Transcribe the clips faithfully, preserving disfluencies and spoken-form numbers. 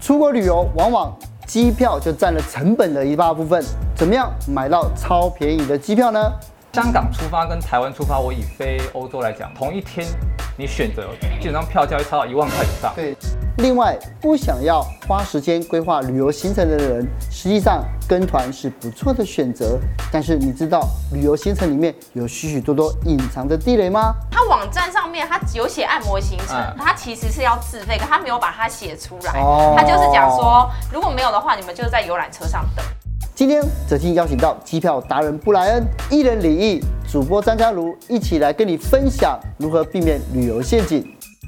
出国旅游往往机票就占了成本的一大部分，怎么样买到超便宜的机票呢？ 香港出发跟台湾出发，我以飞欧洲来讲，同一天你选择基本上票价会差到一万块以上。 对。另外，不想要花时间规划旅游行程的人，实际上跟团是不错的选择。但是你知道旅游行程里面有许许多多隐藏的地雷吗？ 它网站上面它有写按摩行程，嗯、它其实是要自费，可它没有把它写出来。哦、它就是讲说，如果没有的话，你们就在游览车上等。 今天哲青邀请到机票达人布莱恩、艺人李毅、主播张嘉如一起来跟你分享如何避免旅游陷阱。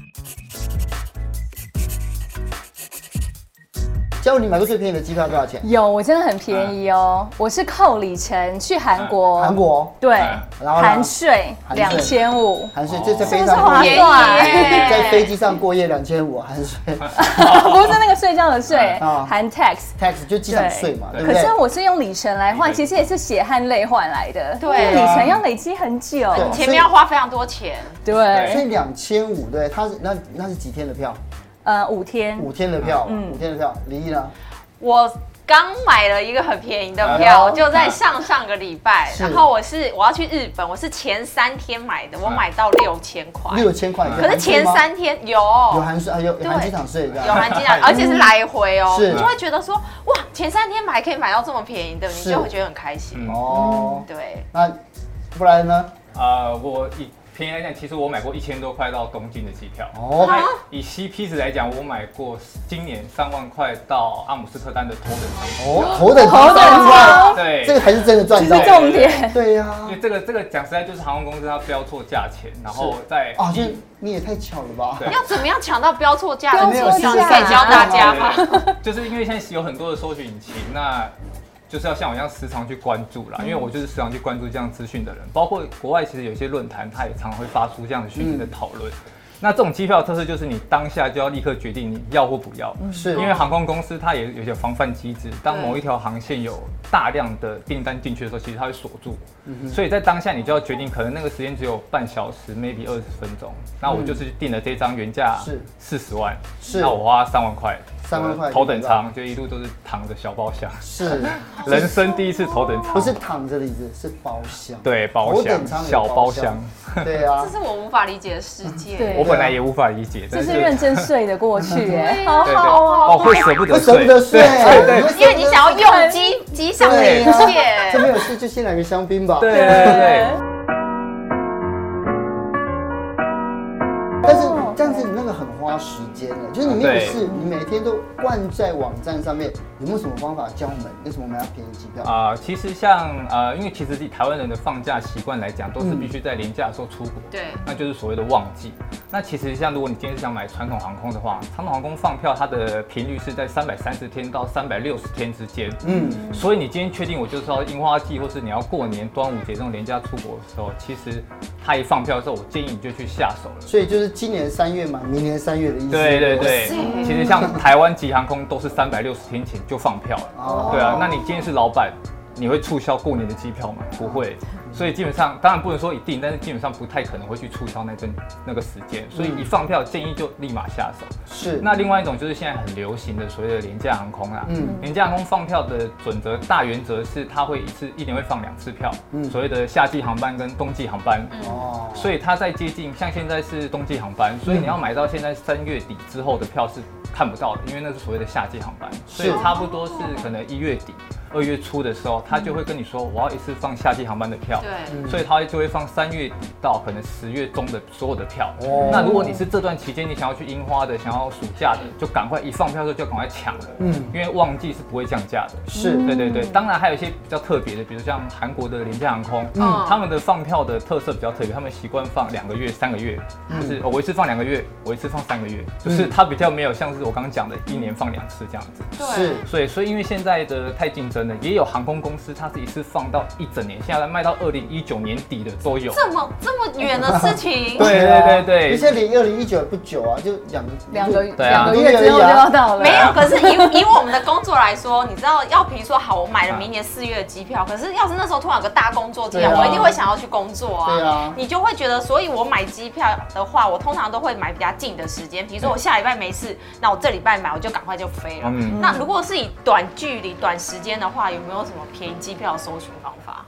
假如你买过最便宜的机票多少钱？ 有，我真的很便宜哦。我是扣里程去韩国， 韩国对，然后含税两千五， 含税，这在飞机上过夜，在飞机上过夜两千五，含税， 不是那个睡觉的税，含 tax，tax 就机场税嘛，对不对？ 可是我是用里程来换，其实也是血汗泪换来的，对，里程要累积很久， 前面要花非常多钱， 对， 所以两千五，对，它是那那是几天的票？ 呃，五天， 五天的票，嗯，五天的票。李毅呢？ 我刚买了一个很便宜的票，就在上上个礼拜。然后我是我要去日本，我是前三天买的，我买到六千块。 六千块， 可是前三天有有含税，有有含机场税， 有含机场，而且是来回哦。你就会觉得说，哇，前三天买可以买到这么便宜的，你就会觉得很开心哦。对。 那不然呢？ 呃，我以便宜来讲，其实我买过一千多块到东京的机票。哦，以 C P 值来讲，我买过今年三万块到阿姆斯特丹的头等舱。 哦，头等舱三万，对，这个才是真的赚到。 这是重点。 对呀， 因为这个这个讲实在就是航空公司它标错价钱，然后再啊，这你也太巧了吧？ 要怎么样抢到标错价？ 标错价可以教大家吗？ 就是因为现在有很多的搜寻引擎，那。就是要像我一样时常去关注啦，因为我就是时常去关注这样资讯的人，包括国外其实有些论坛，它也常常会发出这样的讯息的讨论。嗯、那这种机票的特色就是你当下就要立刻决定你要或不要，是因为航空公司它也有些防范机制，当某一条航线有大量的订单进去的时候，其实它会锁住，嗯、所以在当下你就要决定，可能那个时间只有半小时 ，maybe 二十分钟，那我就是订了这张原价是四十万，是那我花三万块。 三万块头等舱就一路都是躺着小包厢，是人生第一次头等舱， 不是躺着的椅子，是包厢。 对，包厢小包厢。 对啊，这是我无法理解的世界。 我本来也无法理解， 这是认真睡的过去，哎， 好好哦，会舍不得睡，舍不得睡， 对，因为你想要用机机上的一切。 这没有事就先来个香槟吧。 对对对。 但是这样子你那个很花时间的，就是你没有事，你每天都灌在网站上面，有没有什么方法教我们为什么买到便宜机票啊、呃？其实像呃，因为其实以台湾人的放假习惯来讲，都是必须在连假的时候出国，对、嗯，那就是所谓的旺季。那其实像如果你今天是想买传统航空的话，传统航空放票它的频率是在三百三十天到三百六十天之间，嗯，所以你今天确定我就是要樱花季，或是你要过年、端午节这种连假出国的时候，其实它一放票的时候，我建议你就去下手了。 所以就是今年三月买，明年三月的意思。 对对对，其实像台湾籍航空都是三百六十天前就放票了。哦，对啊，那你今天是老板，你会促销过年的机票吗？不会。所以基本上，当然不能说一定，但是基本上不太可能会去促销那阵那个时间，所以一放票建议就立马下手。是。那另外一种就是现在很流行的所谓的廉价航空啦，嗯，廉价航空放票的准则大原则是它会一次一年会放两次票，嗯，所谓的夏季航班跟冬季航班，哦，所以它在接近像现在是冬季航班，所以你要买到现在三月底之后的票是看不到的，因为那是所谓的夏季航班，所以差不多是可能一月底。二月初的时候，他就会跟你说，我要一次放夏季航班的票，对，所以他就会放三月底到可能十月中的所有的票。哦，那如果你是这段期间你想要去樱花的，想要暑假的，就赶快一放票的时候就赶快抢了，嗯，因为旺季是不会降价的。是，对对对。当然还有一些比较特别的，比如像韩国的廉价航空，嗯，他们的放票的特色比较特别，他们习惯放两个月、三个月，就是我一次放两个月，我一次放三个月，就是它比较没有像是我刚刚讲的一年放两次这样子。对，是，所以所以因为现在的太竞争。 的，也有航空公司它是一次放到一整年，现在卖到二零一九年底的都有。 这么这么远的事情？ 对对对对， 你现在离二零一九不久啊，就两两个对啊两个月之后就要到了。 没有，可是以以我们的工作来说，你知道，要比如说好，我买了明年四月的机票，可是要是那时候突然有个大工作进来，我一定会想要去工作啊。 对啊， 你就会觉得，所以我买机票的话，我通常都会买比较近的时间，比如说我下礼拜没事，那我这礼拜买，我就赶快就飞了。 嗯那如果是以短距离、短时间的话，有没有什么便宜机票的搜寻方法？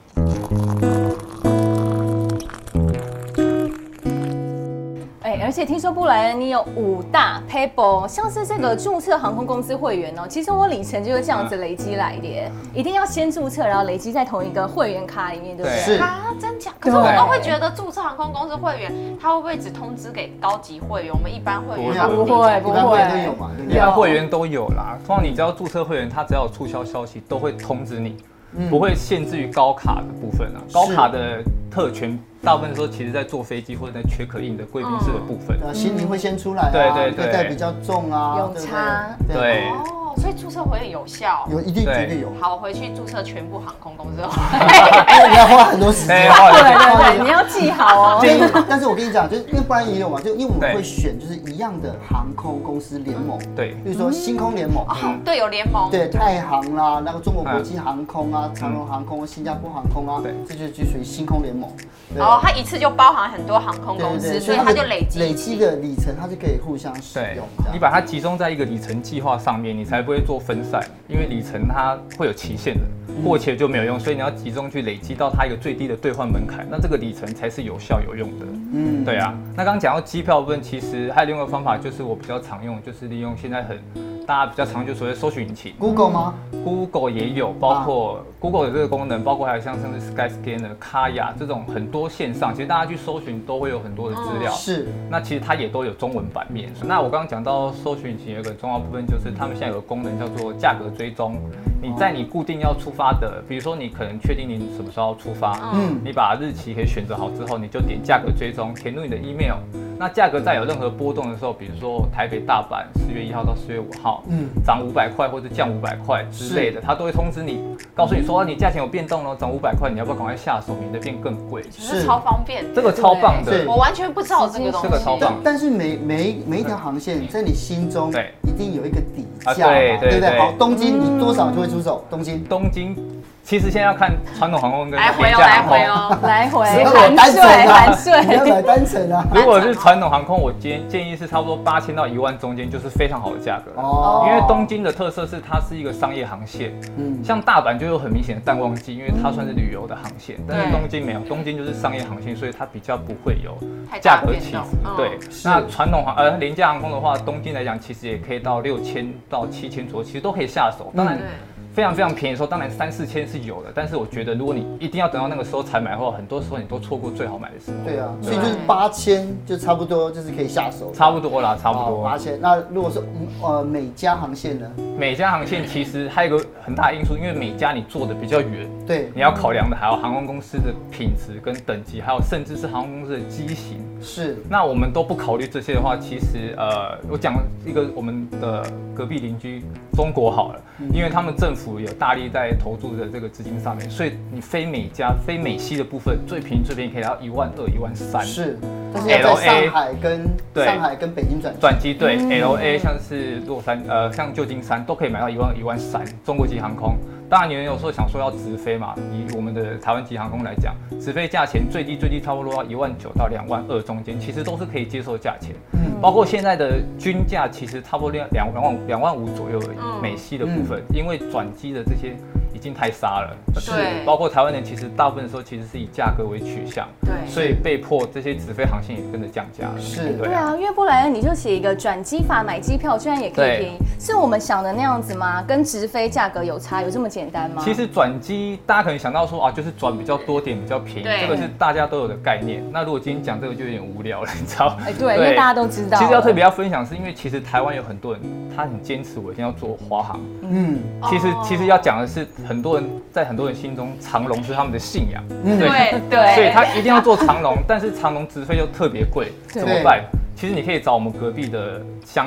哎，而且听说布莱恩你有五大 paper， 像是这个注册航空公司会员哦，其实我里程就是这样子累积来的耶，一定要先注册，然后累积在同一个会员卡里面，对不对？ 是啊，真假？可是我都会觉得注册航空公司会员，他会不会只通知给高级会员？我们一般会员不会不一般会会都有嘛，对不一对？ 般会员都有啦。通常你只要注册会员，他只要有促销消息都会通知你，不会限制于高卡的部分啊。高卡的特权，大部分时候其实在坐飞机或者在缺壳印的贵宾室的部分。 呃，行李会先出来啊， 对对对背带比较重啊， 有对不对差对哦，所以注册会员有效。 有一定绝对有。 好，我回去注册全部航空公司。 因为你要花很多时间。 对花很多对对对，你要记好哦。 但是，但是我跟你讲，就是因为不然也有嘛，就因为我们对会选就是一样的航空公司联盟， 对， 比如说星空联盟， 哦，对，有联盟。 对，太航啦，那个中国国际航空啊，长荣航空、新加坡航空啊， 对， 这就就属于星空联盟。对哦，它一次就包含很多航空公司， 对对对， 所以它就累积累积的里程，它就可以互相使对用。这样你把它集中在一个里程计划上面，你才不会做分散，因为里程它会有期限的，过期了就没有用，所以你要集中去累积到它一个最低的兑换门槛，那这个里程才是有效有用的。 嗯， 对啊，那刚刚讲到机票部分，其实还有另外一个方法，就是我比较常用，就是利用现在很大家比较常用，就所谓搜寻引擎 ，Google 吗？ ，Google 也有，包括 Google 有这个功能，包括还有像甚至 Skyscanner、Kaya 这种很多线上，其实大家去搜寻都会有很多的资料。 是， 那其实它也都有中文版面。那我刚刚讲到搜寻引擎有一个重要部分，就是他们现在有个功能叫做价格追踪。你在你固定要出发的，比如说你可能确定你什么时候要出发，嗯，你把日期可以选择好之后，你就点价格追踪，填入你的 email。那价格在有任何波动的时候，比如说台北、大阪四月一号到四月五号，嗯，涨五百块或者降五百块之类的，它都会通知你，告诉你说你价钱有变动了，涨五百块，你要不要赶快下手，免得变更贵。 是超方便， 这个超棒的， 我完全不知道这个东西。 这个超棒。 但是每每每一条航线在你心中对一定有一个底价嘛， 对对对。 好，东京你多少就会出手？东京， 东京。其实现在要看传统航空跟来回哦，来回哦， 来回含税含税， 你要买单程啊。 如果是传统航空，我建建议是差不多八千到一万中间，就是非常好的价格。哦。因为东京的特色是它是一个商业航线，嗯，像大阪就有很明显的淡旺季，因为它算是旅游的航线，但是东京没有，东京就是商业航线，所以它比较不会有价格起伏。对。那传统航呃廉价航空的话，东京来讲其实也可以到六千到七千左右，其实都可以下手。当然。非常非常便宜的时候，当然三四千是有的，但是我觉得如果你一定要等到那个时候才买的话，很多时候你都错过最好买的时候。 对啊，所以就是八千就差不多就是可以下手。 差不多啦，差不多。 八千。那如果说呃美加航线呢？ 美加航线其实还有一个很大的因素，因为美加你坐的比较远， 对， 你要考量的还有航空公司的品质跟等级，还有甚至是航空公司的机型。 是。 那我们都不考虑这些的话，其实呃，我讲一个我们的隔壁邻居中国好了，因为他们政府有大力在投注的这个资金上面，所以你非美加、非美西的部分最便宜最便宜可以到一万二、一万三。 是，但是要在上海跟上海跟北京转转机，对 ，L A 像是洛杉呃像旧金山都可以买到一万、一万三，中国籍航空。当然，你们有时候想说要直飞嘛，以我们的台湾籍航空来讲，直飞价钱最低最低差不多要一万九到两万二中间，其实都是可以接受的价钱。嗯，包括现在的均价其实差不多两两万两万五左右而已，嗯、美西的部分，嗯、因为转机的这些已经太杀了。 对， 包括台湾人其实大部分的时候其实是以价格为取向， 对， 所以被迫这些直飞航线也跟着降价了。 是， 对啊，因为布莱恩你就写一个转机法买机票，居然也可以便宜，是我们想的那样子吗？跟直飞价格有差，有这么简单吗？ 其实转机大家可能想到说啊，就是转比较多点比较便宜，这个是大家都有的概念。那如果今天讲这个就有点无聊了，你知道？ 哎，对，因为大家都知道。 其实要特别要分享，是因为其实台湾有很多人他很坚持，我一定要做华航。嗯，其实其实要讲的是，很多人在很多人心中，长荣是他们的信仰。 对对， 所以他一定要做长荣，但是长荣直飞又特别贵，怎么办？其实你可以找我们隔壁的香港，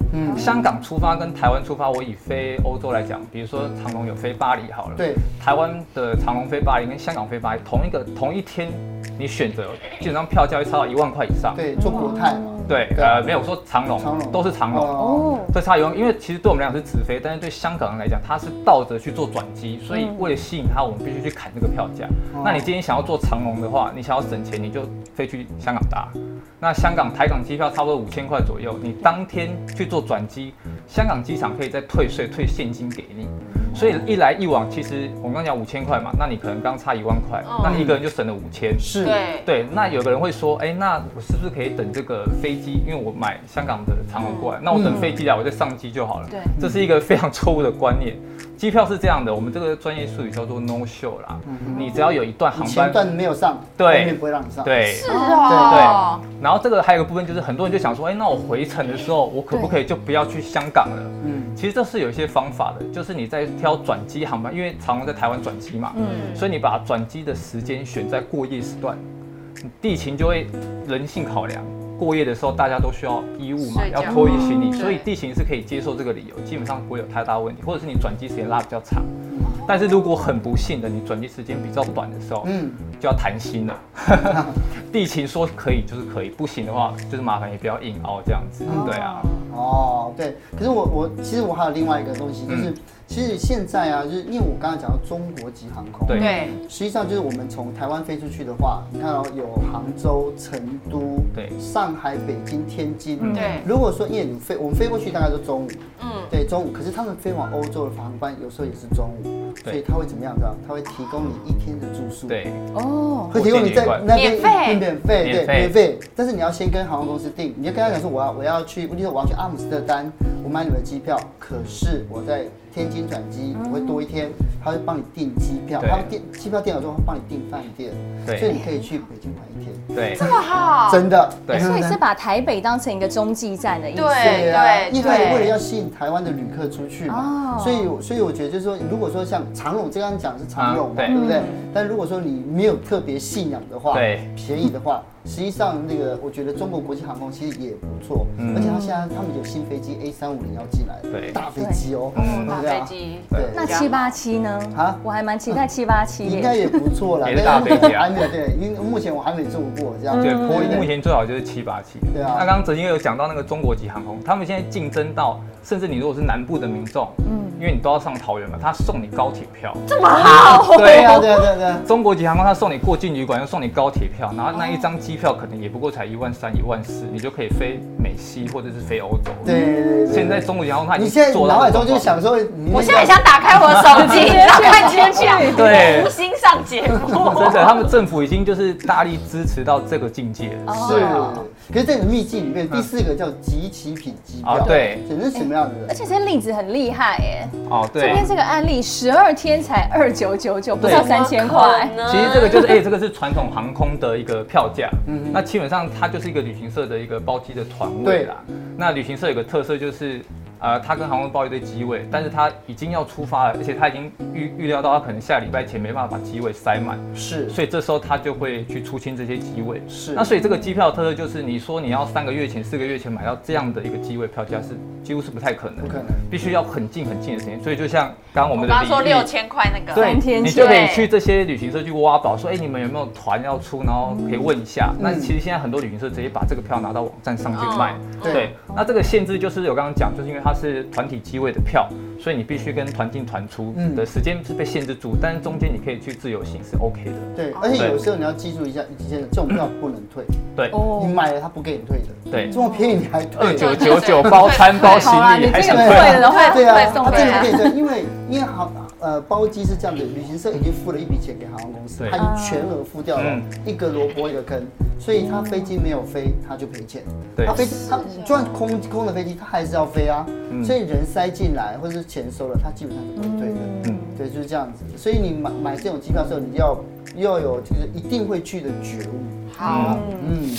嗯，香港出发跟台湾出发，我以飞欧洲来讲，比如说长龙有飞巴黎好了， 对， 台湾的长龙飞巴黎跟香港飞巴黎同一个同一天，你选择基本上票价会差到一万块以上。 对，做国泰嘛。 对，呃，没有说长龙，长龙都是长龙哦，这差一万，因为其实对我们来讲是直飞，但是对香港人来讲，它是倒着去做转机，所以为了吸引它，我们必须去砍这个票价。哦、那你今天想要做长龙的话，你想要省钱，你就飞去香港搭。那香港台港机票差不多五千块左右，你当天去做转机，香港机场可以再退税退现金给你。所以一来一往，其实我们刚讲五千块嘛，那你可能刚差一万块，嗯、那你一个人就省了五千。 是， 对对。那有个人会说，哎、欸，那我是不是可以等这个飞机？因为我买香港的长龙过来，那我等飞机来，我再上机就好了。对，这是一个非常错误的观念。机票是这样的，我们这个专业术语叫做 no show 啦。嗯、你只要有一段航班， 前段没有上， 对， 后面不会让你上。 对， 是哦。 对。然后这个还有一个部分就是，很多人就想说，哎、欸，那我回程的时候，我可不可以就不要去香港了？嗯，其实这是有一些方法的，就是你在挑转机航班，因为长荣在台湾转机嘛，嗯，所以你把转机的时间选在过夜时段，地勤就会人性考量。过夜的时候，大家都需要衣物嘛，要托运行李，所以地勤是可以接受这个理由，基本上不会有太大问题，或者是你转机时间拉比较长。但是如果很不幸的，你转机时间比较短的时候，嗯，就要谈心了。地勤说可以就是可以，不行的话就是麻烦也不要硬凹这样子，嗯、对啊。 哦，对，可是我我其实我还有另外一个东西，就是、嗯、其实现在啊，就是因为我刚才讲到中国籍航空， 对， 实际上就是我们从台湾飞出去的话，你看哦，有杭州、成都，对，上海、北京、天津， 嗯、对。 如果说因为你飞，我们飞过去大概都中午，嗯，对，中午，可是他们飞往欧洲的航班有时候也是中午，所以他会怎么样呢？他会提供你一天的住宿， 对， 哦，会提供你在那边免费， 免费，对，免费，但是你要先跟航空公司订，你就跟他讲说我要我要去，例如我要去阿姆斯特丹，我买你们的机票，可是我在天津转机，我会多一天，他会帮你订机票，他会订机票订好之后，他帮你订饭店，所以你可以去北京玩一天， 对， 这么好， 真的， 对， 所以是把台北当成一个中继站的意思， 对对， 因为为了要吸引台湾的旅客出去嘛，所以所以我觉得就是说，如果说像长荣这样讲是长荣嘛，对不对？但如果说你没有特别信仰的话，对，便宜的话。实际上，那个我觉得中国国际航空其实也不错，嗯、而且它现在他们有新飞机 A 三五零要进来，对，大飞机哦， 嗯，大飞机， 对。那七八七呢？啊，我还蛮期待七八七， 应该也不错啦， 也是大飞机啊， 还没有对，因为目前我还没坐过这样。 对，波音目前最好就是七八七。对啊。那刚刚哲兴有讲到那个中国籍航空，他们现在竞争到，甚至你如果是南部的民众，嗯，因为你都要上桃园嘛，他送你高铁票， 这么好？ 对啊，对对对。 中国籍航空他送你过境旅馆，又送你高铁票，然后那一张机票可能也不过才一万三、一万四，你就可以飞美西或者是飞欧洲。 对对对。 现在中国籍航空它已经做到。你现在脑海中就想说， 我现在想打开我的手机，然后看机票， 对， 无心上节目。 真的，他们政府已经就是大力支持到这个境界了。 是。可是这个秘境里面第四个叫即期品机票， 对， 这是什么样的人？ 而且这例子很厉害耶。 哦，对。 这边这个案例十二天才二九九九，不到三千块。 其实这个就是哎，这个是传统航空的一个票价。嗯。那基本上它就是一个旅行社的一个包机的团位啦。那旅行社有个特色就是，呃，它跟航空包一堆机位，但是它已经要出发了，而且它已经预预料到它可能下礼拜前没办法把机位塞满。是。所以这时候它就会去出清这些机位。是。那所以这个机票的特色就是，你说你要三个月前、四个月前买到这样的一个机位票价是几乎是不太可能，不可能，必须要很近很近的时间。所以就像刚刚我们的， 我刚说六千块那个， 对，你就可以去这些旅行社去挖宝，说，哎，你们有没有团要出，然后可以问一下。嗯、那其实现在很多旅行社直接把这个票拿到网站上去卖。哦、对, 对，那这个限制就是我刚刚讲，就是因为它是团体机位的票，所以你必须跟团进团出的时间是被限制住，但是中间你可以去自由行是 OK 的。对，而且有时候你要记住一下，一件这种票不能退。对，你买了他不给你退的。对，这么便宜你还退？二九九九包餐包行李，还想退的话， 对啊，他真的不给你退，因为因为航呃包机是这样的，旅行社已经付了一笔钱给航空公司，他已经全额付掉了，一个萝卜一个坑，所以他飞机没有飞他就赔钱。对，他飞他就算空空的飞机他还是要飞啊，所以人塞进来或者是钱收了，他基本上是不退的。嗯，对，就是这样子。所以你买买这种机票的时候，你要要有就是一定会去的觉悟。 好， 嗯。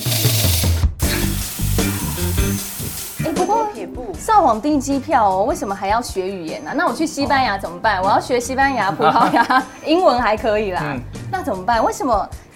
哎，不过上网订机票哦，为什么还要学语言呢、啊？那我去西班牙怎么办？我要学西班牙、葡萄牙，英文还可以啦。嗯、那怎么办？为什么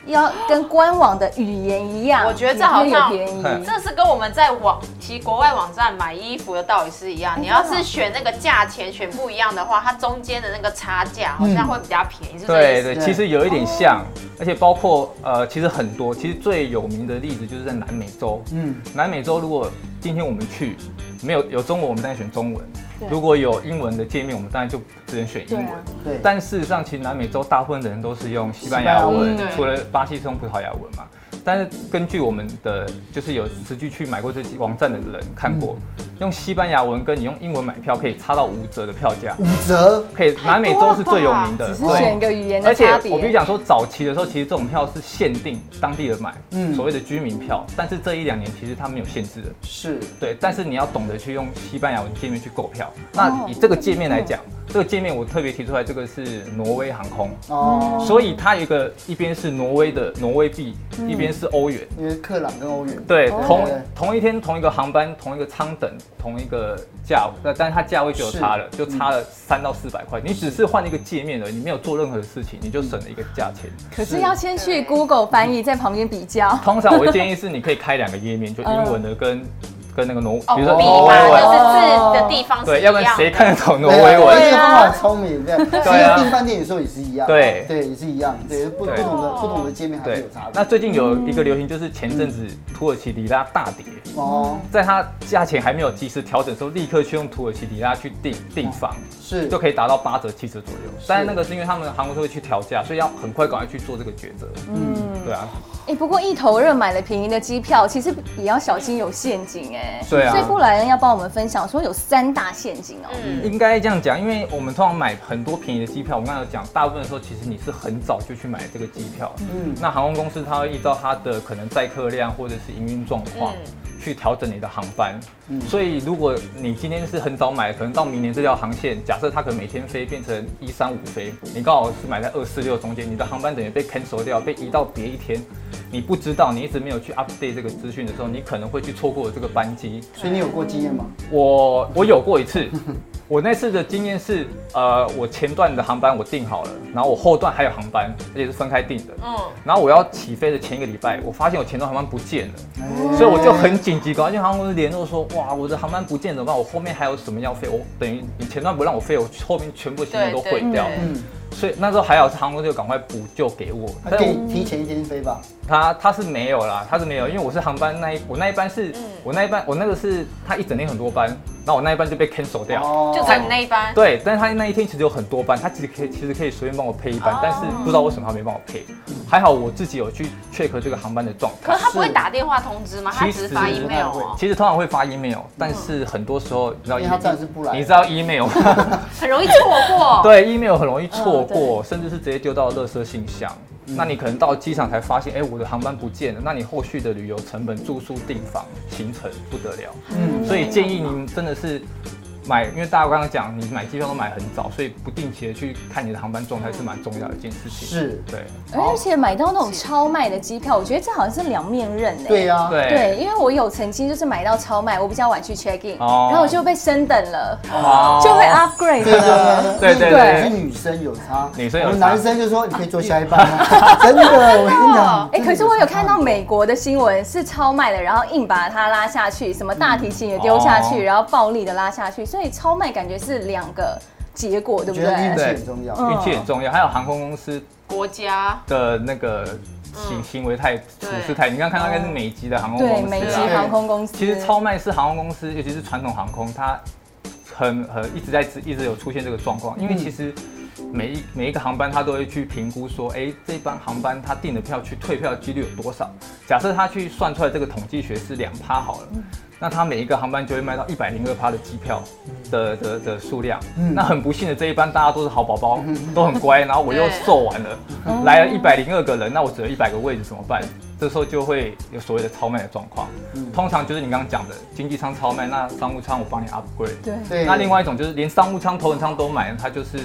要跟官网的语言一样， 我觉得这好像便宜， 这是跟我们在网其实国外网站买衣服的道理是一样。你要是选那个价钱选不一样的话，它中间的那个差价好像会比较便宜，是这个意思？ 对对，其实有一点像，而且包括呃，其实很多，其实最有名的例子就是在南美洲。嗯，南美洲如果今天我们去，没有有中文，我们当然选中文。如果有英文的界面，我们当然就只能选英文。 对。 但事实上，其实南美洲大部分的人都是用西班牙文，除了巴西是用葡萄牙文嘛。但是根据我们的就是有实际去买过这些网站的人看过，嗯、用西班牙文跟你用英文买票可以差到五折的票价。 五折？ 可以，南美洲是最有名的。 只是选一个语言的差别。 而且我必须讲说，早期的时候，其实这种票是限定当地人买，嗯，所谓的居民票。但是这一两年其实它没有限制的。 是。对， 但是你要懂得去用西班牙文界面去购票。那以这个界面来讲，这个界面我特别提出来，这个是挪威航空哦，所以它有一个一边是挪威的挪威币，嗯、一边是欧元， 因为克朗跟欧元对同同一天同一个航班同一个舱等同一个价位，但是它价位就有差了，就差了三到四百块。你只是换一个界面而已，你没有做任何的事情，你就省了一个价钱。 可是要先去 Google 翻译，在旁边比较。 通常我会建议是你可以开两个页面，就英文的跟。跟那个挪， 比如说挪威文，就是字的地方是一样的。 对，要不然谁看得懂挪威文？ 这个方法很聪明，对。其实订饭店有时候也是一样， 对， 对，也是一样，对，不不同的不同的界面还是有差别。 那最近有一个流行，就是前阵子土耳其里拉大跌，哦，在它价钱还没有及时调整的时候，立刻去用土耳其里拉去订订房，是就可以达到八折七折左右。但是那个是因为他们航空社会去调价，所以要很快赶快去做这个抉择。嗯，对啊。 哎，不过一头热买了便宜的机票，其实也要小心有陷阱哎。 对啊。 所以布莱恩要帮我们分享说有三大陷阱哦。 嗯，应该这样讲，因为我们通常买很多便宜的机票，我们刚才有讲，大部分的时候其实你是很早就去买这个机票。嗯。那航空公司它会依照它的可能载客量或者是营运状况。嗯去调整你的航班，嗯、所以如果你今天是很早买，可能到明年这条航线，假设它可能每天飞变成一三五飞，你刚好是买在二四六中间，你的航班等于被 cancel 掉，被移到别一天，你不知道，你一直没有去 update 这个资讯的时候，你可能会去错过这个班机。 所以你有过经验吗？ 我我有过一次。我那次的经验是，呃，我前段的航班我订好了，然后我后段还有航班，而且是分开订的。嗯。然后我要起飞的前一个礼拜，我发现我前段航班不见了，嗯、所以我就很紧急，赶快去航空公司联络说，哇，我的航班不见怎么办？我后面还有什么要飞？我等于你前段不让我飞，我后面全部行程都毁掉。嗯。所以那时候还好是航空公司就赶快补救给我， 他可以提前一天飞吧？ 他他是没有啦，他是没有，因为我是航班那一我那一班是，嗯、我那一班我那个是他一整天很多班，然后我那一班就被 cancel 掉， 哦、就只有那一班。 对，但是他那一天其实有很多班，他其实可以其实可以随便帮我配一班，哦、但是不知道为什么他没帮我配。还好我自己有去 check 这个航班的状态。 可是他不会打电话通知吗？他只是发 email 哦。 其实通常会发 email， 但是很多时候你知道， 因为他暂时不来， 你知道 email 很容易错过。 对 ，email 很容易错过，甚至是直接丢到垃圾信箱。嗯、那你可能到机场才发现，哎、欸，我的航班不见了。那你后续的旅游成本、住宿、订房、行程不得了。嗯，所以建议您真的是买，因为大家刚刚讲，你买机票都买很早，所以不定期的去看你的航班状态是蛮重要的一件事情。 是， 对。 而且买到那种超卖的机票，我觉得这好像是两面刃哎。 对呀， 对。 对，因为我有曾经就是买到超卖，我比较晚去 check in，、哦、然后我就被升等了，哦、就被 upgrade 了。 对对对，是女生有差， 女生有差。 我们男生就说你可以坐下一班吗？真的，我跟你讲。 哎，可是我有看到美国的新闻是超卖的，然后硬把它拉下去，什么大提琴也丢下去，嗯、然后暴力的拉下去，所以超卖感觉是两个结果，对不对？ 运气很重要， 运气很重要。还有航空公司、 国家的那个行行为态、处事态。你刚刚看到应该是美籍的航空公司， 对，美籍航空公司。 其实超卖是航空公司，尤其是传统航空，它很很一直在一直有出现这个状况，因为其实。每一每一个航班，他都会去评估说，哎、欸，这班航班他订的票去退票的几率有多少？假设他去算出来这个统计学是两趴好了，嗯、那他每一个航班就会卖到一百零二趴的机票的的的数量。嗯、那很不幸的这一班大家都是好宝宝，嗯、都很乖，然后我又售完了，嗯、来了一百零二个人，那我只有一百个位置怎么办？这时候就会有所谓的超卖的状况，嗯、通常就是你刚刚讲的经济舱超卖，那商务舱我帮你 upgrade。 对， 那另外一种就是连商务舱、头等舱都买，它就是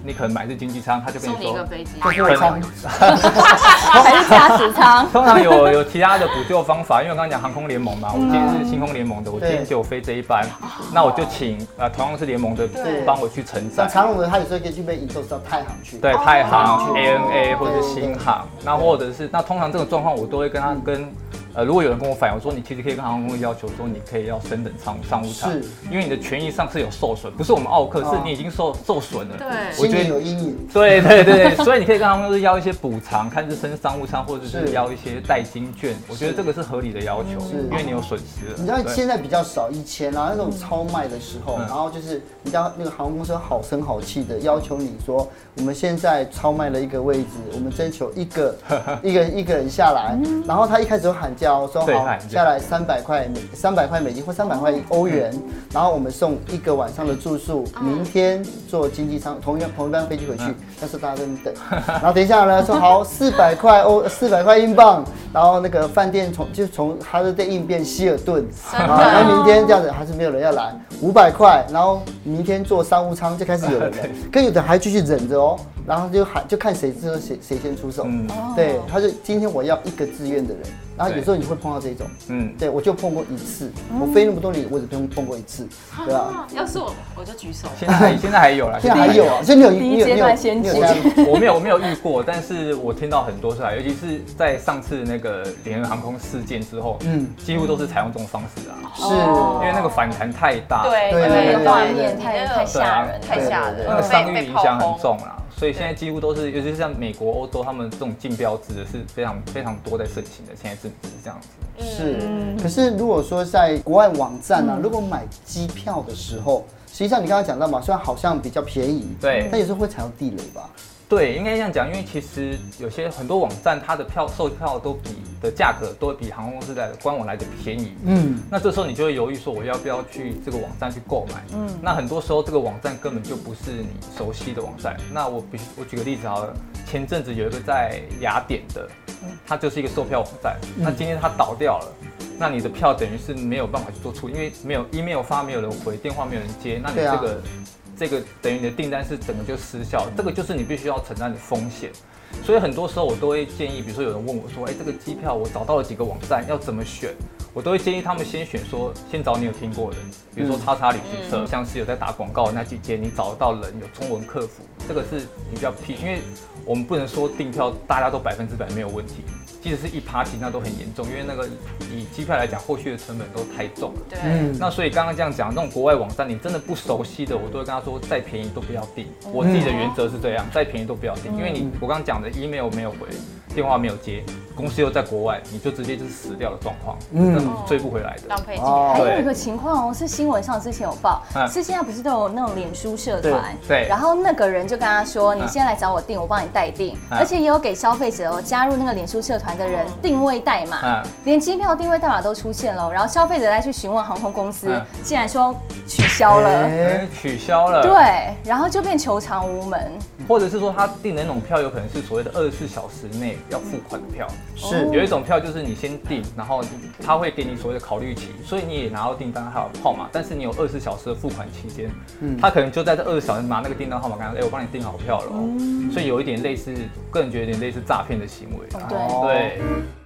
你可能买是经济舱，他就跟你说送你一个飞机， 就会舱， 还是驾驶舱？ 通常有有其他的补救方法，因为我刚刚讲航空联盟嘛，我今天是星空联盟的，我今天就有飞这一班，那我就请呃同样是联盟的帮我去承载。 长荣的他有时候可以去被引渡到太行去， 对，太行、A N A 或者是新航，那或者是那通常这个状况我都会跟他跟。呃，如果有人跟我反映说，你其实可以跟航空公司要求说，你可以要升等商商务舱，因为你的权益上是有受损，不是我们奥客，是你已经受受损了。 对， 我觉得有阴影。 对对对，所以你可以跟航空公司要一些补偿，看是升商务舱，或者是要一些代金券，我觉得这个是合理的要求，因为你有损失了。 你知道现在比较少，以前啊那种超卖的时候，然后就是你知道那个航空公司好声好气的要求你说，我们现在超卖了一个位置，我们征求一个一个一个人下来，然后他一开始有喊价哦，说好。下来三百块美三百块美金或三百块欧元，然后我们送一个晚上的住宿，明天坐经济舱同一同一班飞机回去，但是大家在那等，然后等一下呢说好四百块欧四百块英镑，然后那个饭店从就从哈德顿印变希尔顿，然后明天这样子还是没有人要来，五百块，然后明天坐商务舱就开始有人了，跟有的还继续忍着哦，然后就喊就看谁谁谁先出手，对，他就今天我要一个自愿的人。然后有时候你会碰到这种，嗯，对我就碰过一次，我飞那么多年，我只碰碰过一次，对啊。 要是我，我就举手。 现在还现在还有啦， 现在还有啊，所以你有第一阶段先举。 我没有我没有遇过，但是我听到很多出来，尤其是在上次那个联合航空事件之后，嗯，几乎都是采用这种方式啊， 是， 因为那个反弹太大， 对对对，画面太太吓人， 太吓人， 那个伤愈影响很重啦。所以现在几乎都是，尤其是像美国、欧洲，他们这种竞标制的是非常非常多在盛行的。现在是是这样子。 是，可是如果说在国外网站啊，如果买机票的时候，实际上你刚刚讲到嘛，虽然好像比较便宜， 对， 但有时候会踩到地雷吧？ 对，应该这样讲，因为其实有些很多网站，它的票售票都比的价格都会比航空公司的官网来的便宜。嗯，那这时候你就会犹豫说，我要不要去这个网站去购买？嗯，那很多时候这个网站根本就不是你熟悉的网站。那我比我举个例子好了，前阵子有一个在雅典的，它就是一个售票网站，那今天它倒掉了。那你的票等于是没有办法去做处理，因为没有 email 发，没有人回，电话没有人接，那你这个、啊、这个等于你的订单是整个就失效，这个就是你必须要承担的风险。所以很多时候我都会建议，比如说有人问我说，哎、欸，这个机票我找到了几个网站，要怎么选？我都会建议他们先选说，先找你有听过的，比如说叉叉旅行社，嗯、像是有在打广告的那几间，你找得到人，有中文客服，这个是你比较屁，因为我们不能说订票大家都百分之百没有问题。即使是一趴，其实那都很严重，因为那个以机票来讲，后续的成本都太重了。 对， 嗯、那所以刚刚这样讲，那种国外网站，你真的不熟悉的，我都会跟他说，再便宜都不要订。嗯、我自己的原则是这样，再便宜都不要订，嗯、因为你我刚刚讲的 email 没有回，电话没有接，公司又在国外，你就直接就是死掉的状况，嗯，追不回来的。 浪费金。 还有一个情况哦，是新闻上之前有报，嗯、是现在不是都有那种脸书社团， 对， 然后那个人就跟他说，你现在来找我订，我帮你代订，嗯、而且也有给消费者哦加入那个脸书社团的人定位代码，嗯、连机票定位代码都出现了，然后消费者再去询问航空公司，嗯、竟然说取消了， 欸、取消了， 对，然后就变求偿无门， 或者是说他订的那种票有可能是所谓的二十四小时内要付款的票， 是有一种票就是你先订，然后他会给你所谓的考虑期，所以你也拿到订单还有号码，但是你有二十四小时的付款期间，嗯、他可能就在这二十小时拿那个订单号码跟他说，哎、欸，我帮你订好票了、喔，嗯、所以有一点类似，个人觉得有点类似诈骗的行为， 哦、 对。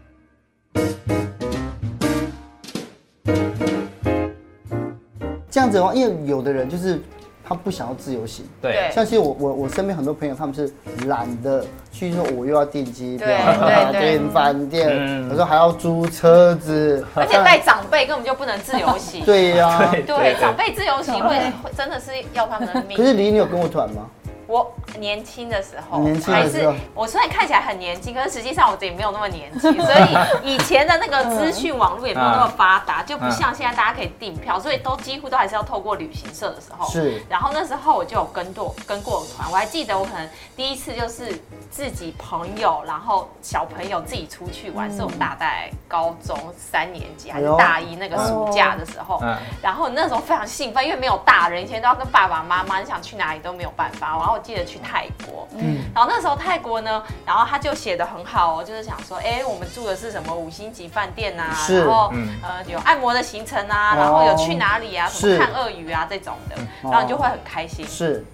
这样子的话，因为有的人就是他不想要自由行， 对， 像其实我我我身边很多朋友，他们是懒得去说我又要订机票、订饭店，有时候还要租车子， 而且带长辈根本就不能自由行。 对呀、啊， 对, 对长辈自由行会真的是要他们的命。 可是李，你有跟我团吗？ 我年轻的时候， 年轻的时候， 我虽然看起来很年轻，可是实际上我也没有那么年轻，所以以前的那个资讯网络也没有那么发达，就不像现在大家可以订票，所以都几乎都还是要透过旅行社的时候。 是。然后那时候我就有跟过跟过团，我还记得我可能第一次就是自己朋友，然后小朋友自己出去玩，嗯、是我大概高中三年级还是大一那个暑假的时候，嗯、然后那时候非常兴奋，因为没有大人，以前都要跟爸爸妈妈，你想去哪里都没有办法，然后。记得去泰国，嗯，然后那时候泰国呢，然后他就写得很好哦，就是想说，哎、欸，我们住的是什么五星级饭店啊，然后、嗯、呃有按摩的行程啊，然后有去哪里啊，什么看鳄鱼啊这种的，然后你就会很开心。 是。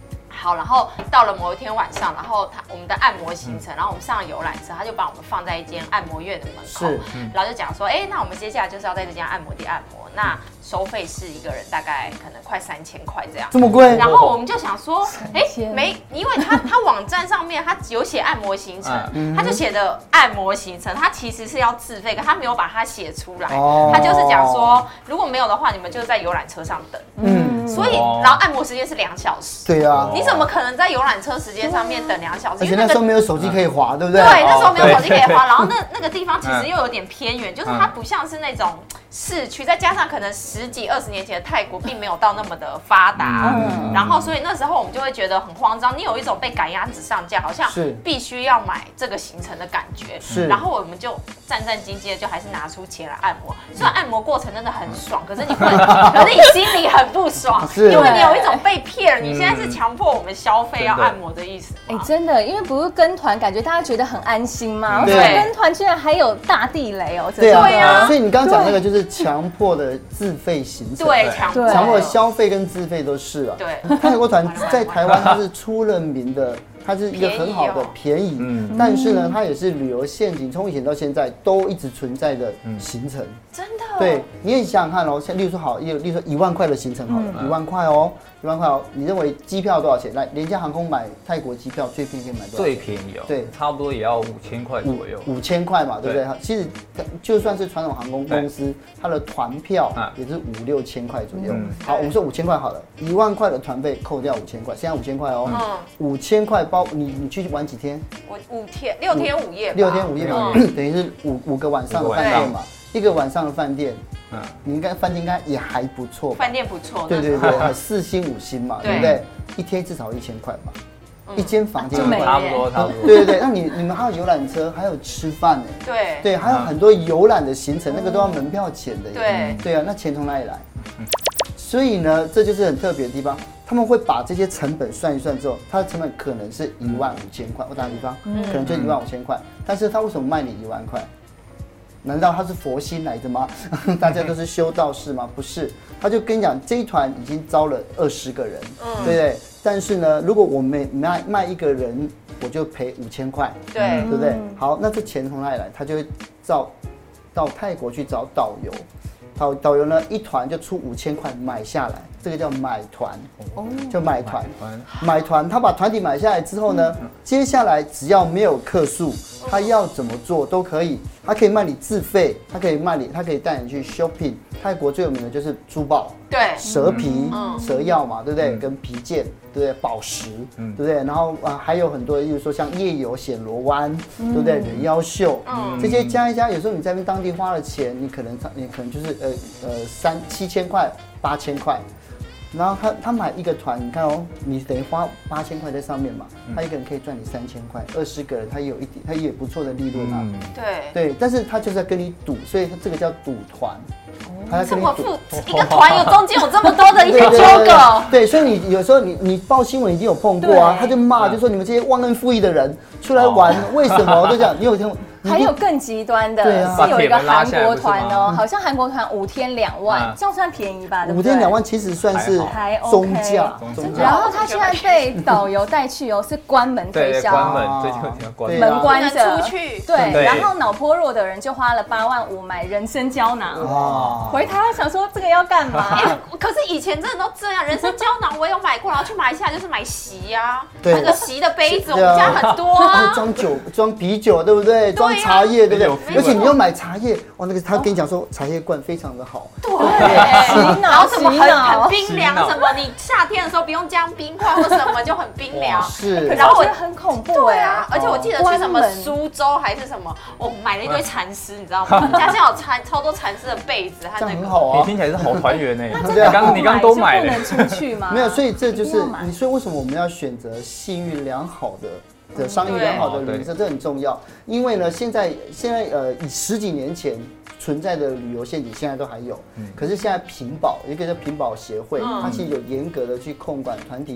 好，然后到了某一天晚上，然后他我们的按摩行程，然后我们上了游览车，他就把我们放在一间按摩院的门口， 是然后就讲说，哎，那我们接下来就是要在这家按摩店按摩，那收费是一个人大概可能快三千块这样， 这么贵？ 然后我们就想说，哎， 千没，因为他他网站上面他有写按摩行程， 嗯他就写的按摩行程，他其实是要自费，可他没有把它写出来， 哦他就是讲说，如果没有的话，你们就在游览车上等， 嗯， 所以哦然后按摩时间是两小时， 对啊， 你怎么可能在游览车时间上面等两小时？ 而且那时候没有手机可以滑，对不对？ 对，那时候没有哦手机可以对滑，然后那那个地方其实嗯又有点偏远，就是它不像是那种市区，再加上可能十几二十年前的泰国并没有到那么的发达， 嗯然后所以那时候我们就会觉得很慌张，你有一种被赶鸭子上架，好像是必须要买这个行程的感觉。 是然后我们就战战兢兢的，就还是拿出钱来按摩。虽然按摩过程真的很爽，可是你会，可是你心里很不爽， 是因为你有一种被骗，你现在是强迫我们消费要真的按摩的意思哎、 吗？ 真的，因为不是跟团，感觉大家觉得很安心嘛。我对觉得跟团居然还有大地雷哦， 对啊， 对啊所以你刚刚讲那个就是强迫的自费行程， 对，强迫对强迫的消费跟自费都是啊。 对。 泰国团在台湾它是出了名的，它是一个很好的便宜， 嗯但是呢，它也是旅游陷阱，从以前到现在都一直存在的行程。 真的， 对，你也想想看哦，像例如说好，例如说一万块的行程好了，一万块哦，一万块哦，你认为机票多少钱？来，廉价航空买泰国机票最便宜可以买多少最钱？ 便宜哦， 对差不多也要五千块左右。 五千块嘛，对不对？其实就算是传统航空公司，它的团票啊也是五六千块左右嗯。 好，我们说五千块好了，一万块的团费扣掉五千块，现在五千块哦嗯， 五千块包你你去玩几天？ 我五天六天五夜吧， 六天五夜嘛， 嗯等于是五五个晚上的五个晚饭店嘛，一个晚上的饭店， 嗯， 你应该饭店应该也还不错吧？ 饭店不错， 对对那时候对，四星五星嘛， 对对不对？一天至少一千块吧，一间房间就没一万差不多差不多。 对对对，那你你们还有游览车，还有吃饭呢， 对对，还有很多游览的行程，那个都要门票钱的耶。 对对啊，那钱从哪里来？所以呢，这就是很特别的地方，他们会把这些成本算一算之后，它的成本可能是一万五千块，我打个比方，可能就一万五千块，但是他为什么卖你一万块？难道他是佛心来的吗？大家都是修道士吗？不是，他就跟你讲，这一团已经招了二十个人， 嗯对不对？但是呢，如果我每卖卖一个人，我就赔五千块， 对对不对？好，那这钱从哪里来？他就会找到泰国去找导游，导导游呢一团就出五千块买下来，这个叫买团，就买团。买团，他把团体买下来之后呢，接下来只要没有客数，他要怎么做都可以。他可以卖你自费，他可以卖你，他可以带你去 shopping。泰国最有名的就是珠宝、 对蛇皮、 嗯蛇药嘛，对不对？ 嗯跟皮件，对不对？宝石， 嗯对不对？然后啊，还有很多，例如说像夜游显罗湾，对不对？人妖秀， 嗯这些加一加，有时候你在那边当地花了钱，你可能你可能就是呃呃三七千块、八千块。然后他他买一个团，你看哦，你等于花八千块在上面嘛，他一个人可以赚你三千块，二十个人他也有一点，他也有不错的利润啊。 嗯， 对， 对，但是他就是在跟你赌，所以他这个叫赌团，他在这跟你赌。 么复一个团有中间有这么多的一些纠对对对葛， 对，所以你有时候你你报新闻已经有碰过啊， 对他就骂，就说你们这些忘恩负义的人出来玩，为什么？我都讲，你有听？你还有更极端的， 对啊是有一个韩国团把铁门拉下来不是哦，好像韩国团五天两万嗯， 这样算便宜吧？对不对五天两万，其实算是还好中价还，OK 中然价。 后他现在被导游带去哦，是关门推对， 销， 关门，最近要关对门。 门关不着能出去对， 对然后脑波弱的人就花了八万五买人参胶囊， 哇， 回台湾想说这个要干嘛？ 哎可是以前真的都这样，人参胶囊我有买过，然后去马来西亚就是买席呀， 对那个席的杯子我对啊们家很多还有啊， 装酒、装啤酒，对不对？装茶叶，对不有对？ feel 而且你又买茶叶，哇，那个他跟你讲说茶叶罐非常的好， 对， 洗然脑后什么很洗脑很，冰凉洗脑什么，你夏天的时候不用加冰块或什么就很冰凉。 是。 然后我我觉得很恐怖哎对啊，，而且我记得去什么关门苏州还是什么，我买了一堆蚕丝，你知道吗？我们家现在有蚕超多蚕丝的被子和这那个。 样很好啊。 你听起来是好团圆呢。 对啊你刚你刚都买了不能，出去吗？ 没有，所以这就是一定要买你，所以为什么我们要选择信誉良好的？的商誉良好的旅行社，这很重要。因为呢，现在现在呃，以十几年前存在的旅游陷阱，现在都还有。可是现在屏保有一个叫屏保协会， 嗯它其实有严格的去控管团体的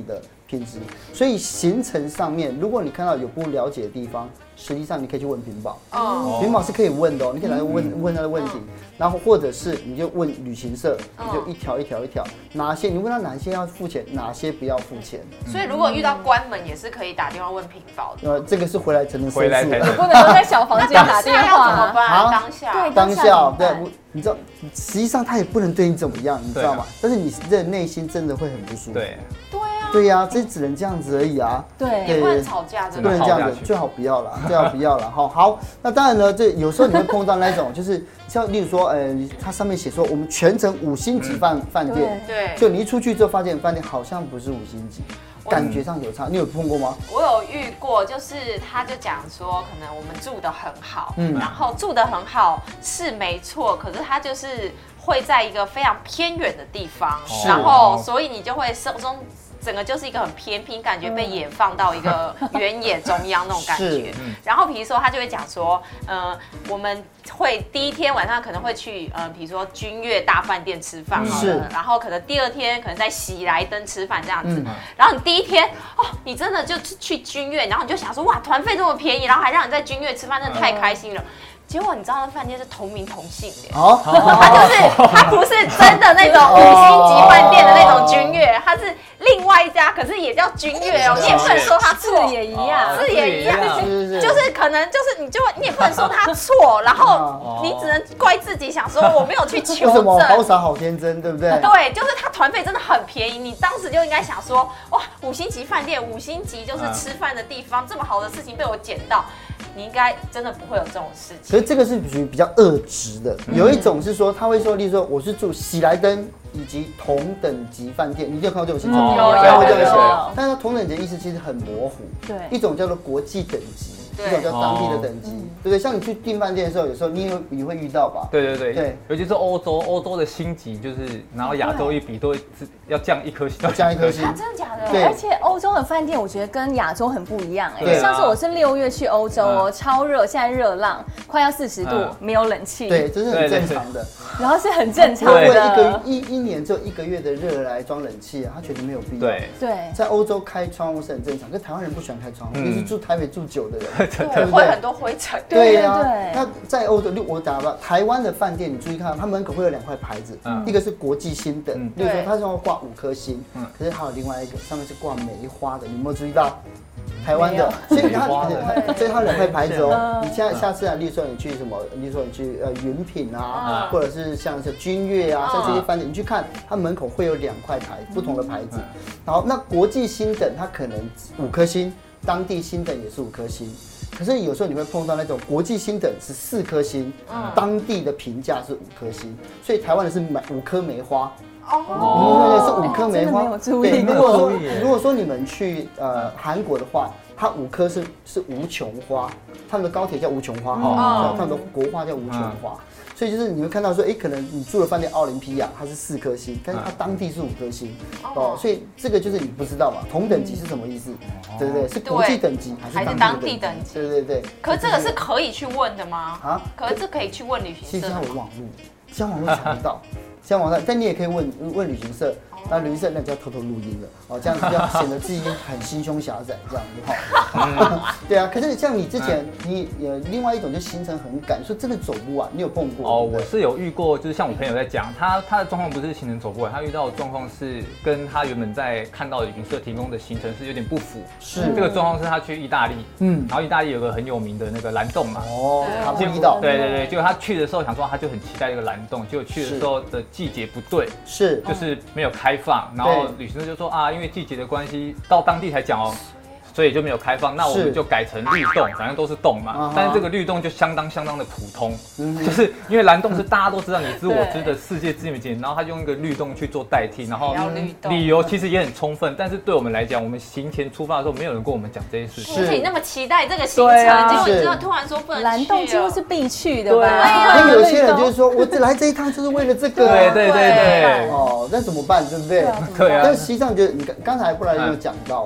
品质。所以行程上面，如果你看到有不了解的地方，实际上你可以去问屏保， 哦， 屏保是可以问的哦，你可以来问问他的问题，然后或者是你就问旅行社，你就一条一条一条，哪些你问他哪些要付钱，哪些不要付钱。 所以如果遇到关门，也是可以打电话问屏保的。 呃，这个是回来才能申诉的， 不能说在小房间打电要怎么话。 办？当下对当下对， 当下我你知道，实际上他也不能对你怎么样，你知道吗？但是你的内心真的会很不舒服。 对， 对啊， 对呀，这只能这样子而已啊。 对， 也不能吵架，真的不能这样子，最好不要啦，最好不要啦。哈，好，那当然呢，这有时候你会碰到那种，就是像例如说，呃，它上面写说我们全程五星级饭饭店， 对， 就你一出去之后发现饭店好像不是五星级，感觉上有差。你有碰过吗？ 我有遇过，就是他就讲说，可能我们住得很好，嗯，然后住得很好是没错，可是他就是会在一个非常偏远的地方，然后所以你就会生中。整个就是一个很偏僻，感觉被演放到一个原野中央那种感觉。然后比如说他就会讲说，呃，我们会第一天晚上可能会去，呃，比如说君悦大饭店吃饭好了，然后可能第二天可能在喜来登吃饭这样子。然后你第一天哦，你真的就去君悦，然后你就想说哇，团费这么便宜，然后还让你在君悦吃饭，真的太开心了。结果你知道那饭店是同名同姓的，哦，它就是它不是真的那种五星级饭店的那种君悦，它是另外一家，可是也叫君悦哦，你也不能说它错， 字也一样， 字也一样，就是可能就是你就你也不能说它错，然后你只能怪自己，想说我没有去求证， 为什么好傻好天真，对不对？ 对，就是它团费真的很便宜，你当时就应该想说哇，五星级饭店，五星级就是吃饭的地方，这么好的事情被我捡到。你应该真的不会有这种事情。 可是这个是属于比较恶质的，有一种是说他会说，例如说我是住喜来登以及同等级饭店，你一定有看过这种形容？ 有有有有。 但是同等级的意思其实很模糊， 对， 一种叫做国际等级。一种叫当地的等级，对不对？像你去订饭店的时候，有时候你也你会遇到吧？ 对对对对， 尤其是欧洲，欧洲的星级就是然后亚洲一比都会要降一颗星， 要降一颗星， 真的假的？对，而且欧洲的饭店我觉得跟亚洲很不一样哎。上次我是六月去欧洲哦，超热，现在热浪快要四十度，没有冷气， 对，这是很正常的。 然后是很正常的， 为一个一一年只有一个月的热来装冷气啊，他觉得没有必要。 对对，在欧洲开窗户是很正常，可是台湾人不喜欢开窗户，尤其住台北住久的人， 对，会很多灰尘。 对呀，那在欧洲，我打吧，台湾的饭店你注意看，它门口会有两块牌子，一个是国际星等，例如说它上面挂五颗星，可是还有另外一个上面是挂梅花的，你有没有注意到？台湾的，所以它所以它两块牌子哦。你下下次啊，例如说你去什么，例如说你去呃云品啊，或者是像是君悦啊，像这些饭店，你去看它门口会有两块牌不同的牌子。然后那国际星等它可能五颗星，当地星等也是五颗星。可是有时候你会碰到那种国际星等是四颗星，当地的评价是五颗星，所以台湾的是买五颗梅花。哦，是五颗梅花。对，如果说如果说你们去呃韩国的话，它五颗是是无穷花，他们的高铁叫无穷花，哦，他们的国花叫无穷花。所以就是你会看到说，哎，可能你住的饭店奥林匹亚它是四颗星，但是它当地是五颗星，哦，所以这个就是你不知道嘛，同等级是什么意思？对不对？是国际等级还是当地等级？对对对。 可是这个是可以去问的吗？啊？可是这可以去问旅行社。 其实它有网络，现在网络查不到。像网上，但你也可以问问旅行社，那旅行社那就要偷偷录音了，哦，这样子就要显得自己很心胸狭窄，这样子哈。对啊，可是像你之前，你有另外一种就行程很赶，说真的走不完，你有碰过？ 哦，我是有遇过，就是像我朋友在讲，他他的状况不是行程走不完，他遇到的状况是跟他原本在看到的旅行社提供的行程是有点不符。 是这个状况是他去意大利，嗯，然后意大利有个很有名的那个蓝洞嘛， 哦，卡布里岛， 对对对，结果他去的时候想说他就很期待这个蓝洞，结果去的时候的季节不对， 是就是没有开放，然后旅行社就说啊，因为季节的关系，到当地才讲哦。所以就没有开放，那我们就改成绿洞，反正都是洞嘛。但是这个绿洞就相当相当的普通，就是因为蓝洞是大家都知道你知我知的世界知名景点，然后他用一个绿洞去做代替，然后理由其实也很充分，但是对我们来讲，我们行前出发的时候，没有人跟我们讲这些事情。 是你那么期待这个行程，结果你就突然说不能去。 蓝洞几乎是必去的吧？ 因为有些人就是说我只来这一趟就是为了这个。 对对对对。 哦，那怎么办？对不对？ 对啊。 但是实际上，觉得你刚刚才布莱恩有讲到。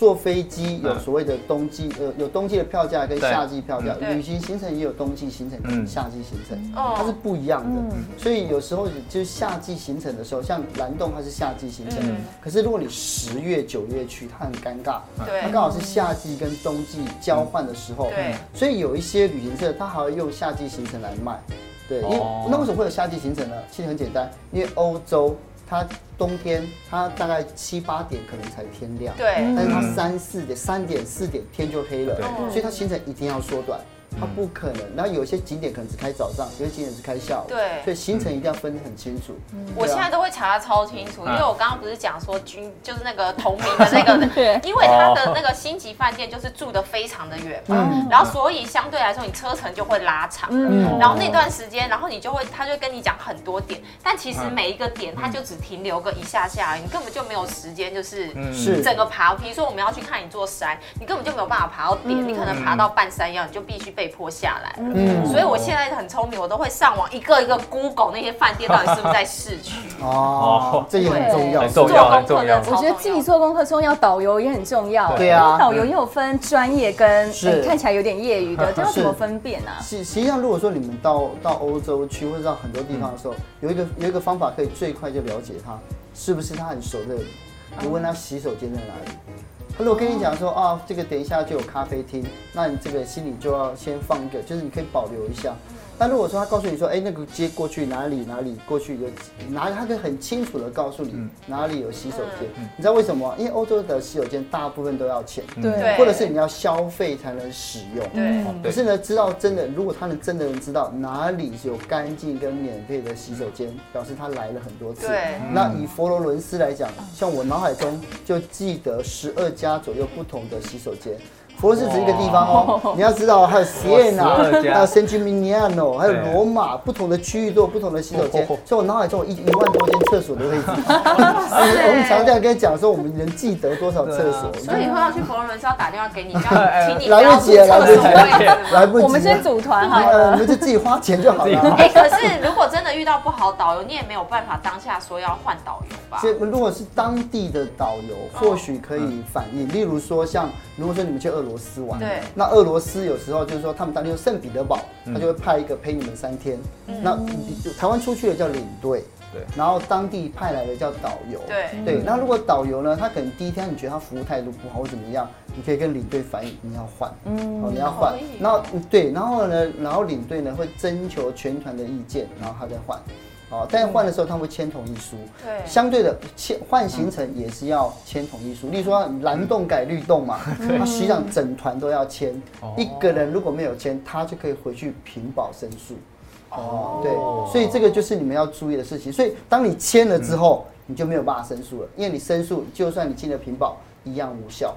坐飞机有所谓的冬季，呃，有冬季的票价跟夏季票价， 对旅行行程也有冬季行程跟夏季行程， 嗯它是不一样的。所以有时候就是夏季行程的时候，像蓝洞它是夏季行程， 嗯可是如果你十月、九月去，它很尴尬， 对它刚好是夏季跟冬季交换的时候， 对所以有一些旅行社它还会用夏季行程来卖。对，因为哦那为什么会有夏季行程呢？其实很简单，因为欧洲它冬天它大概七八点可能才天亮， 对但是它三四点、三点、四点天就黑了， 对所以它行程一定要缩短。它不可能，然后有一些景点可能只开早上，有些景点只开下午， 对所以行程一定要分得很清楚。 我现在都会查得超清楚，因嗯为我刚刚不是讲说军就是那个同名的那个， 对因为他的那个星级饭店就是住得非常的远嘛， 嗯然后所以相对来说你车程就会拉长， 嗯然后那段时间，然后你就会他就跟你讲很多点，但其实嗯每一个点他就只停留个一下下而已，你根本就没有时间就是嗯是整个爬。比如说我们要去看一座山，你根本就没有办法爬到点，你可能爬到半山腰，你就必须被迫下来。 嗯所以我现在很聪明，我都会上网一个一个 Google 那些饭店到底是不是在市区。 哦，这也很重要， 很重要，很重要。 我觉得自己做功课重要，导游也很重要。 对啊因为导游也有分专业跟是哎看起来有点业余的，这要是怎么分辨啊？ 实实际上，如果说你们到到欧洲去或者到很多地方的时候，有一个有一个方法可以最快就了解他是不是他很熟的人。你问他洗手间在哪里，他如果跟你讲说啊，这个等一下就有咖啡厅，那你这个心里就要先放一个，就是你可以保留一下。但如果说他告诉你说，哎、那个街过去哪里哪里过去有哪里，他可以很清楚的告诉你哪里有洗手间。你知道为什么吗？因为欧洲的洗手间大部分都要钱， 对或者是你要消费才能使用。 对可是呢，知道真的，如果他能真的能知道哪里有干净跟免费的洗手间，表示他来了很多次。 对那以佛罗伦斯来讲，像我脑海中就记得十二家左右不同的洗手间。佛罗伦斯只是一个地方哦，你要知道还有 Siena， 还有 San Gimignano， 还有罗马，不同的区域都有不同的洗手间，所以我脑海中有一一万多间厕所的位置。我们常这样跟你讲说，我们能记得多少厕所？ 所以以后要去佛罗伦斯要打电话给你，叫你请你不来要不及了，来不及厕所位置了，来不及了。 我们先组团好呃， 了你。们就自己花钱就好了。 哎、可是如果真的遇到不好导游，你也没有办法当下说要换导游吧？ 所以如果是当地的导游，或许可以反映。例如说，像如果说你们去俄罗斯玩， 对那俄罗斯有时候就是说，他们当地有圣彼得堡，他就会派一个陪你们三天。那台湾出去的叫领队。 对， 然后当地派来的叫导游。 对对，那如果导游呢，他可能第一天你觉得他服务态度不好或怎么样，你可以跟领队反映，你要换，嗯，哦，你要换可以。 然后对，然后呢，然后领队呢会征求全团的意见，然后他再换。哦，但换的时候他会签同意书。 对相对的签换行程也是要签同意书。例如说蓝洞改绿洞嘛，他实际上整团都要签。一个人如果没有签，他就可以回去屏保申诉。哦，对，所以这个就是你们要注意的事情。所以当你签了之后，你就没有办法申诉了，因为你申诉，就算你进了屏保，一样无效。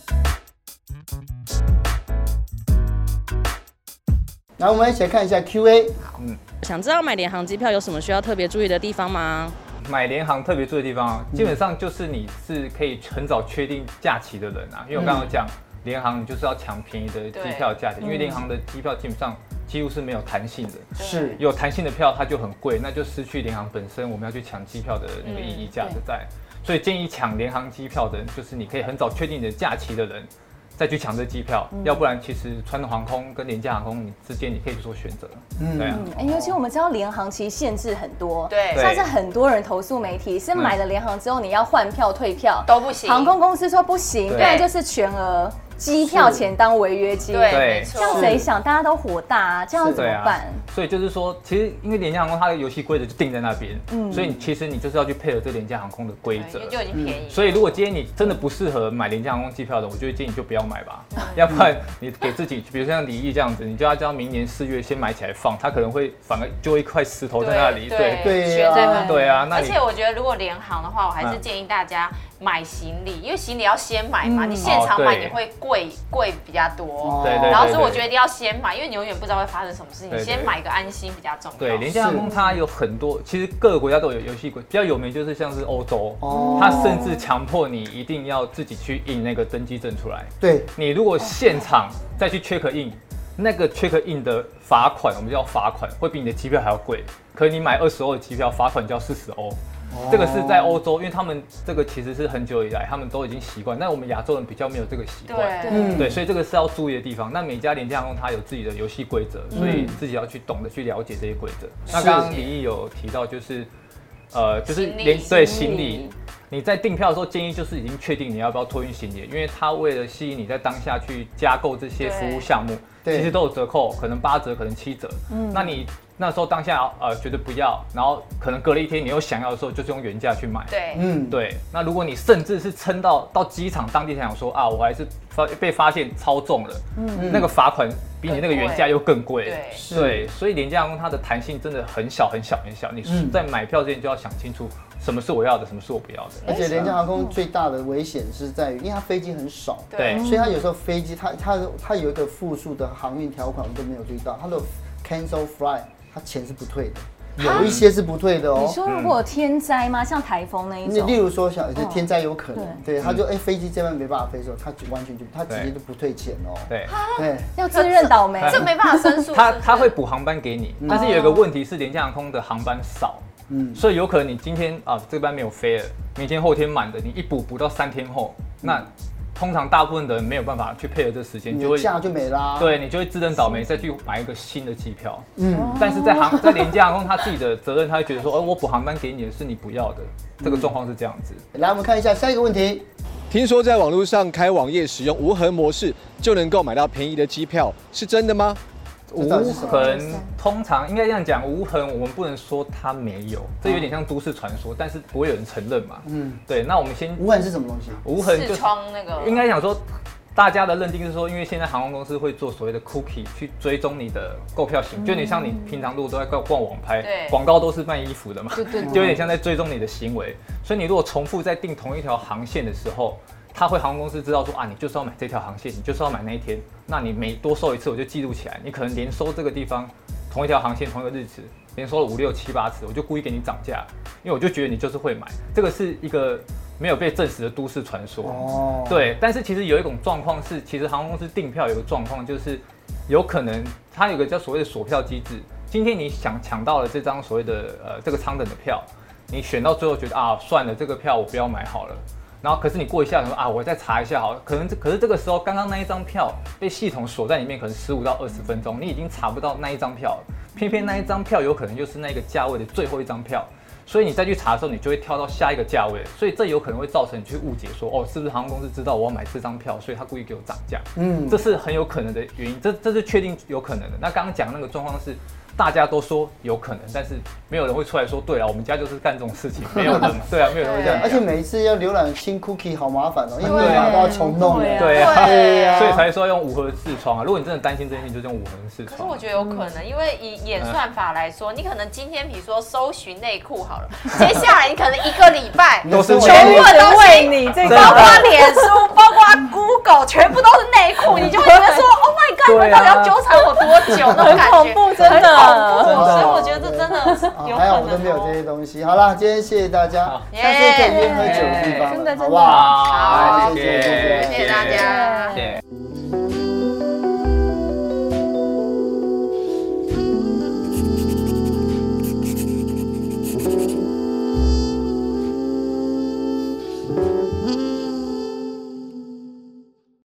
然后我们一起来看一下 Q A。 想知道买联航机票有什么需要特别注意的地方吗？ 买联航特别注意的地方啊，基本上就是你是可以很早确定假期的人啊，因为我刚刚讲联航你就是要抢便宜的机票价钱，因为联航的机票基本上几乎是没有弹性的， 是有弹性的票它就很贵，那就失去联航本身我们要去抢机票的那个意义价值在，所以建议抢联航机票的人，就是你可以很早确定你的假期的人。再去抢这机票，要不然其实传统航空跟廉价航空你之间你可以去做选择，嗯，对啊， 哎，尤其我们知道联航其实限制很多， 对像是很多人投诉媒体是买了联航之后你要换票退票都不行航空公司说不行，不对然就是全额机票钱当违约金， 对， 对没错这样谁想大家都火大啊，这样怎么办？ 所以就是说，其实因为廉价航空它的游戏规则就定在那边，嗯，所以你其实你就是要去配合这廉价航空的规则因为，就已经便宜。 所以如果今天你真的不适合买廉价航空机票的，我就会建议你就不要买吧，要不然你给自己，比如像李毅这样子，你就要叫明年四月先买起来放，它可能会反而就一块石头在那里， 对对选择很对啊，那你而且我觉得如果联航的话，我还是建议大家买行李，因为行李要先买嘛，你现场买你会贵贵比较多， 对对， 然后所以我觉得一定要先买，因为你永远不知道会发生什么事情， 对对先买个安心比较重要。 对，廉价航空它有很多，其实各个国家都有游戏规，比较有名就是像是欧洲， 哦它甚至强迫你一定要自己去印那个登机证出来。 对， 你如果现场再去 check in，那个 check in 的罚款，我们叫罚款，会比你的机票还要贵。可是你买二十欧的机票，罚款就要四十欧。 这个是在欧洲，因为他们这个其实是很久以来他们都已经习惯，但我们亚洲人比较没有这个习惯。 对， 嗯对，所以这个是要注意的地方。那每家廉价航空它有自己的游戏规则，所以自己要去懂得去了解这些规则。那刚刚李毅有提到，就是呃，就是连对行李。你在订票的时候，建议就是已经确定你要不要托运行李，因为它为了吸引你在当下去加购这些服务项目，其实都有折扣，可能八折，可能七折。嗯，那你那时候当下呃觉得不要，然后可能隔了一天你又想要的时候，就是用原价去买。 对， 嗯， 对。那如果你甚至是撑到到机场当地才想说啊，我还是发被发现超重了，嗯，那个罚款比你那个原价又更贵。 对， 对，所以廉价航空它的弹性真的很小很小很小，你在买票之前就要想清楚。什么是我要的，什么是我不要的。 而且廉价航空最大的危险是在于，因为它飞机很少， 对， 所以它有时候飞机它它它有一个附属的航运条款，我们都没有注意到，它的 cancel flight， 它钱是不退的。有一些是不退的哦。 你说如果有天灾吗？像台风那一种？ 例如说像天灾有可能，对，他就哎飞机这边没办法飞的时候，他就完全就他直接就不退钱哦。 对， 对， 要自认倒霉， 这没办法申诉。 他他会补航班给你，但是有一个问题是廉价航空的航班少，嗯，所以有可能你今天啊这班没有飞了，明天后天满的，你一补补到三天后，那。通常大部分的人没有办法去配合这时间， 就会价就没啦。 对，你就会自认倒霉，再去买一个新的机票。嗯，但是在航在廉价航空，他自己的责任，他会觉得说，哦，我补航班给你的是你不要的，这个状况是这样子。 来，我们看一下下一个问题。 听说在网络上开网页使用无痕模式就能够买到便宜的机票，是真的吗？ 无痕通常应该这样讲，无痕我们不能说它没有，这有点像都市传说，但是不会有人承认嘛。嗯，对。那我们先无痕是什么东西？ 无痕视窗那个， 应该讲说，大家的认定是说，因为现在航空公司会做所谓的 cookie 去追踪你的购票行为，就你像你平常如果都在逛网拍，广告都是卖衣服的嘛，就有点像在追踪你的行为。所以你如果重复在订同一条航线的时候，他会航空公司知道说啊，你就是要买这条航线，你就是要买那一天，那你每多收一次我就记录起来，你可能连收这个地方同一条航线同一个日子，连收了五六七八次，我就故意给你涨价，因为我就觉得你就是会买，这个是一个没有被证实的都市传说。哦，对，但是其实有一种状况是，其实航空公司订票有个状况就是有可能它有个叫所谓的锁票机制，今天你想抢到了这张所谓的呃这个舱等的票，你选到最后觉得啊算了，这个票我不要买好了。然后可是你过一下说啊，我再查一下好了，可能可是这个时候刚刚那一张票被系统锁在里面，可能十五到二十分钟，你已经查不到那一张票了，偏偏那一张票有可能就是那个价位的最后一张票，所以你再去查的时候，你就会跳到下一个价位，所以这有可能会造成你去误解说哦，是不是航空公司知道我要买这张票，所以他故意给我涨价？嗯，这是很有可能的原因，这这是确定有可能的。那刚刚讲那个状况是。大家都说有可能，但是没有人会出来说对啊，我们家就是干这种事情，没有人，对啊，没有人会这样。 而且每一次要浏览新 cookie 好麻烦哦，因为每都要重弄。 对啊，对啊，所以才说用无痕视窗啊。如果你真的担心这件事情，就用无痕视窗。 可是我觉得有可能，因为以演算法来说，你可能今天比如说搜寻内裤好了，接下来你可能一个礼拜都是全部的东为你这个， 包括脸书，包括 Google， 全部都是内裤，你就会觉得说 ，Oh my God， 你们到底要纠缠我多久？那种感觉， 很恐怖，真的。 所以我觉得这真的有可能。 还好我都没有这些东西。好了，今天谢谢大家，下次可以约喝酒的地方， 真的真的， 好不好？ 好， 谢谢谢谢谢谢大家。